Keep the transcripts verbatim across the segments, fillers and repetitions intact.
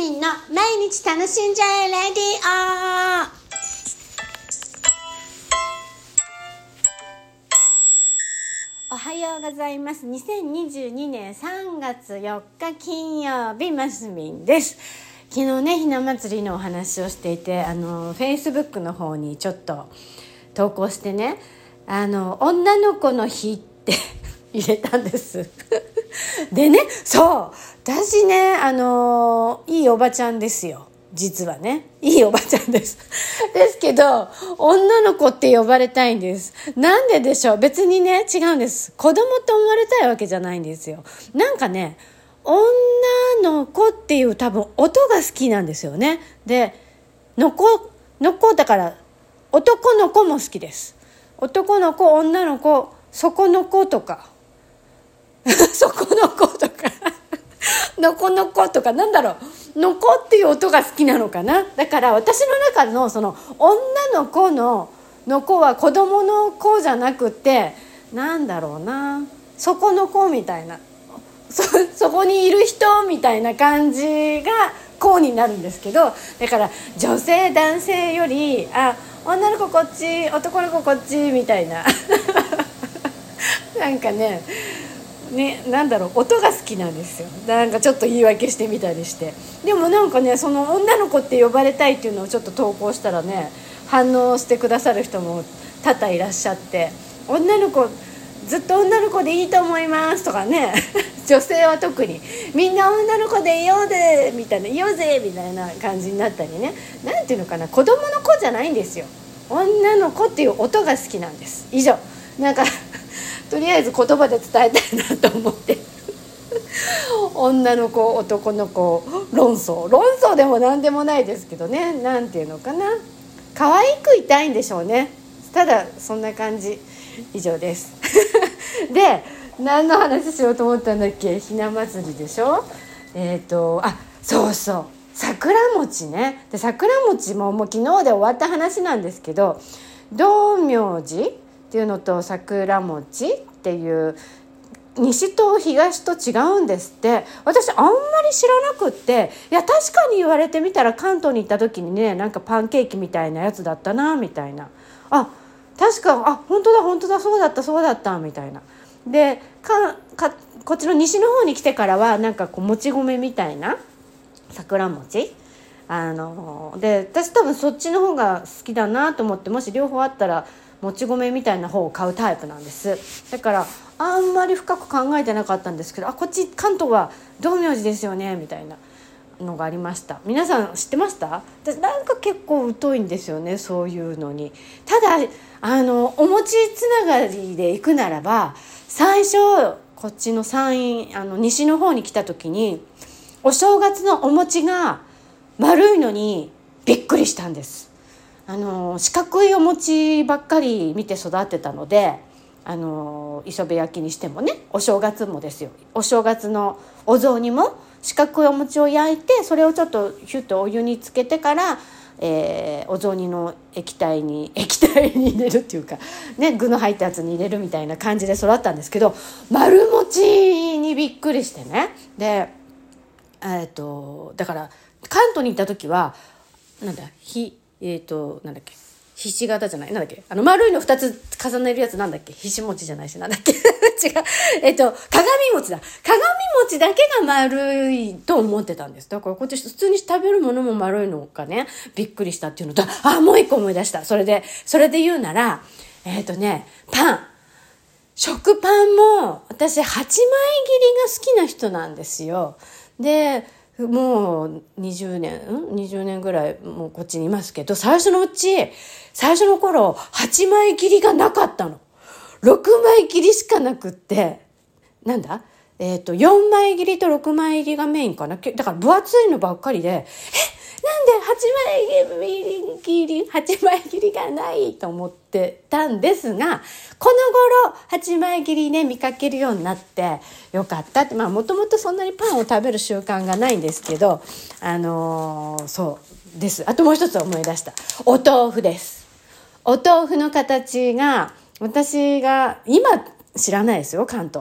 みんの毎日楽しんじゃえレディオ。おはようございます。にせんにじゅうにねんさんがつよっか金曜日、ますみんです。昨日ね、ひな祭りのお話をしていて、あのフェイスブックの方にちょっと投稿してね、あの女の子の日って入れたんですでね、そう私ね、あのいいおばちゃんですよ。実はね、いいおばちゃんですですけど、女の子って呼ばれたいんです。なんででしょう。別にね、違うんです。子供と思われたいわけじゃないんですよ。なんかね、女の子っていう多分音が好きなんですよね。で、の子の子だから男の子も好きです。男の子、女の子、そこの子とかそこの子とかのこのことか、なんだろう、のこっていう音が好きなのかな。だから私の中のその女の子ののこは子供の子じゃなくて、なんだろうな、そこの子みたいな、 そ, そこにいる人みたいな感じが子になるんですけど、だから女性男性より、あ、女の子こっち、男の子こっちみたいななんかねね、なんだろう、音が好きなんですよ。なんかちょっと言い訳してみたりして、でもなんかね、その女の子って呼ばれたいっていうのをちょっと投稿したらね、反応してくださる人も多々いらっしゃって、女の子ずっと女の子でいいと思いますとかね女性は特にみんな女の子でいようでみたいな、いようぜみたいな感じになったりね、なんていうのかな、子供の子じゃないんですよ。女の子っていう音が好きなんです。以上。なんかとりあえず言葉で伝えたいなと思って女の子男の子論争論争でも何でもないですけどね、なんていうのかな、可愛くいたいんでしょうね。ただそんな感じ。以上ですで、何の話しようと思ったんだっけ。ひな祭りでしょ。えっとあそうそう、桜餅ね。で、桜餅ももう昨日で終わった話なんですけど、道明寺っていうのと桜餅っていう西と東と違うんですって。私あんまり知らなくって、いや確かに言われてみたら関東に行った時にね、なんかパンケーキみたいなやつだったなみたいな、あ確か、あ本当だ本当だ、そうだったそうだったみたいな。でかかこっちの西の方に来てからはなんかこうもち米みたいな桜餅、あので私多分そっちの方が好きだなと思って、もし両方あったらもち米みたいな方を買うタイプなんです。だからあんまり深く考えてなかったんですけど、あこっち関東は道明寺ですよねみたいなのがありました。皆さん知ってました？私なんか結構疎いんですよね、そういうのに。ただあのお餅つながりで行くならば、最初こっちの山陰、あの西の方に来た時にお正月のお餅が丸いのにびっくりしたんです。あの四角いお餅ばっかり見て育ってたので、あの磯辺焼きにしてもね、お正月もですよ、お正月のお雑煮も四角いお餅を焼いて、それをちょっとヒュッとお湯につけてから、えー、お雑煮の液体に液体に入れるっていうかね、具の入ったやつに入れるみたいな感じで育ったんですけど、丸餅にびっくりしてね。で、えー、とだから関東に行った時はなんだひえっ、ー、となんだっけ、ひし形じゃない、なんだっけ、あの丸いのふたつ重ねるやつ、なんだっけ、ひし餅じゃないし、なんだっけ違う、えっ、ー、と鏡餅だ。鏡餅だけが丸いと思ってたんです。だからこっち普通に食べるものも丸いのがね、びっくりしたっていうのと、あもう一個思い出した。それでそれで言うなら、えっ、ー、とねパン、食パンも私はちまい切りが好きな人なんですよ。でもうにじゅうねん、にじゅうねんぐらいもうこっちにいますけど、最初のうち、最初の頃はちまい切りがなかったの。ろくまい切りしかなくって、なんだえっとよんまい切りとろくまい切りがメインかな。だから分厚いのばっかりで、えなんではちまい切りはちまい切りがないと思ってたんですが、この頃はちまい切りね見かけるようになってよかったって。まあもともとそんなにパンを食べる習慣がないんですけど、あのー、そうです。あともう一つ思い出した、お豆腐です。お豆腐の形が、私が今知らないですよ関東、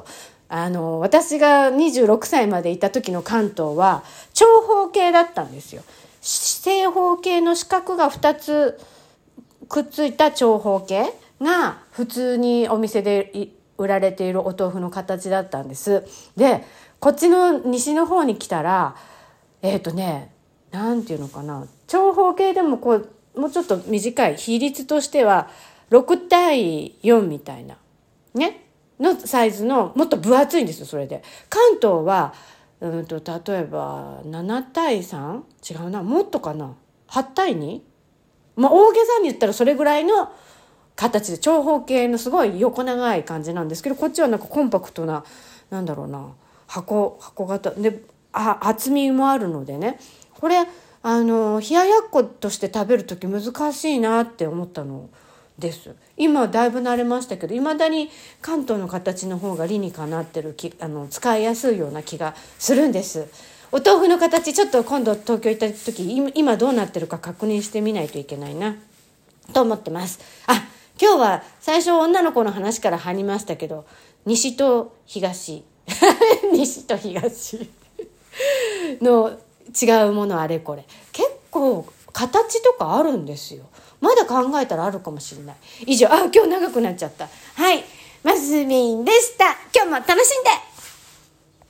あの私がにじゅうろくさいまでいた時の関東は長方形だったんですよ。正方形の四角がふたつくっついた長方形が普通にお店で売られているお豆腐の形だったんです。でこっちの西の方に来たらえっとねなんていうのかな、長方形でもこうもうちょっと短い比率としてはろくたいよんみたいなねのサイズのもっと分厚いんですよ。それで関東はうんと例えばななたいさん、違うな、もっとかな、はちたいに、まあ大げさに言ったらそれぐらいの形で長方形のすごい横長い感じなんですけど、こっちはなんかコンパクトな、なんだろうな、箱箱型で、あ厚みもあるのでね、これあの冷ややっことして食べる時難しいなって思ったのです。今だいぶ慣れましたけど、いまだに関東の形の方が理にかなってるきあの使いやすいような気がするんです。お豆腐の形ちょっと今度東京行った時今どうなってるか確認してみないといけないなと思ってます。あ、今日は最初女の子の話から入りましたけど、西と東西と東の違うものあれこれ結構形とかあるんですよ。まだ考えたらあるかもしれない。以上、あ、今日長くなっちゃった。はい、マスミンでした。今日も楽しんで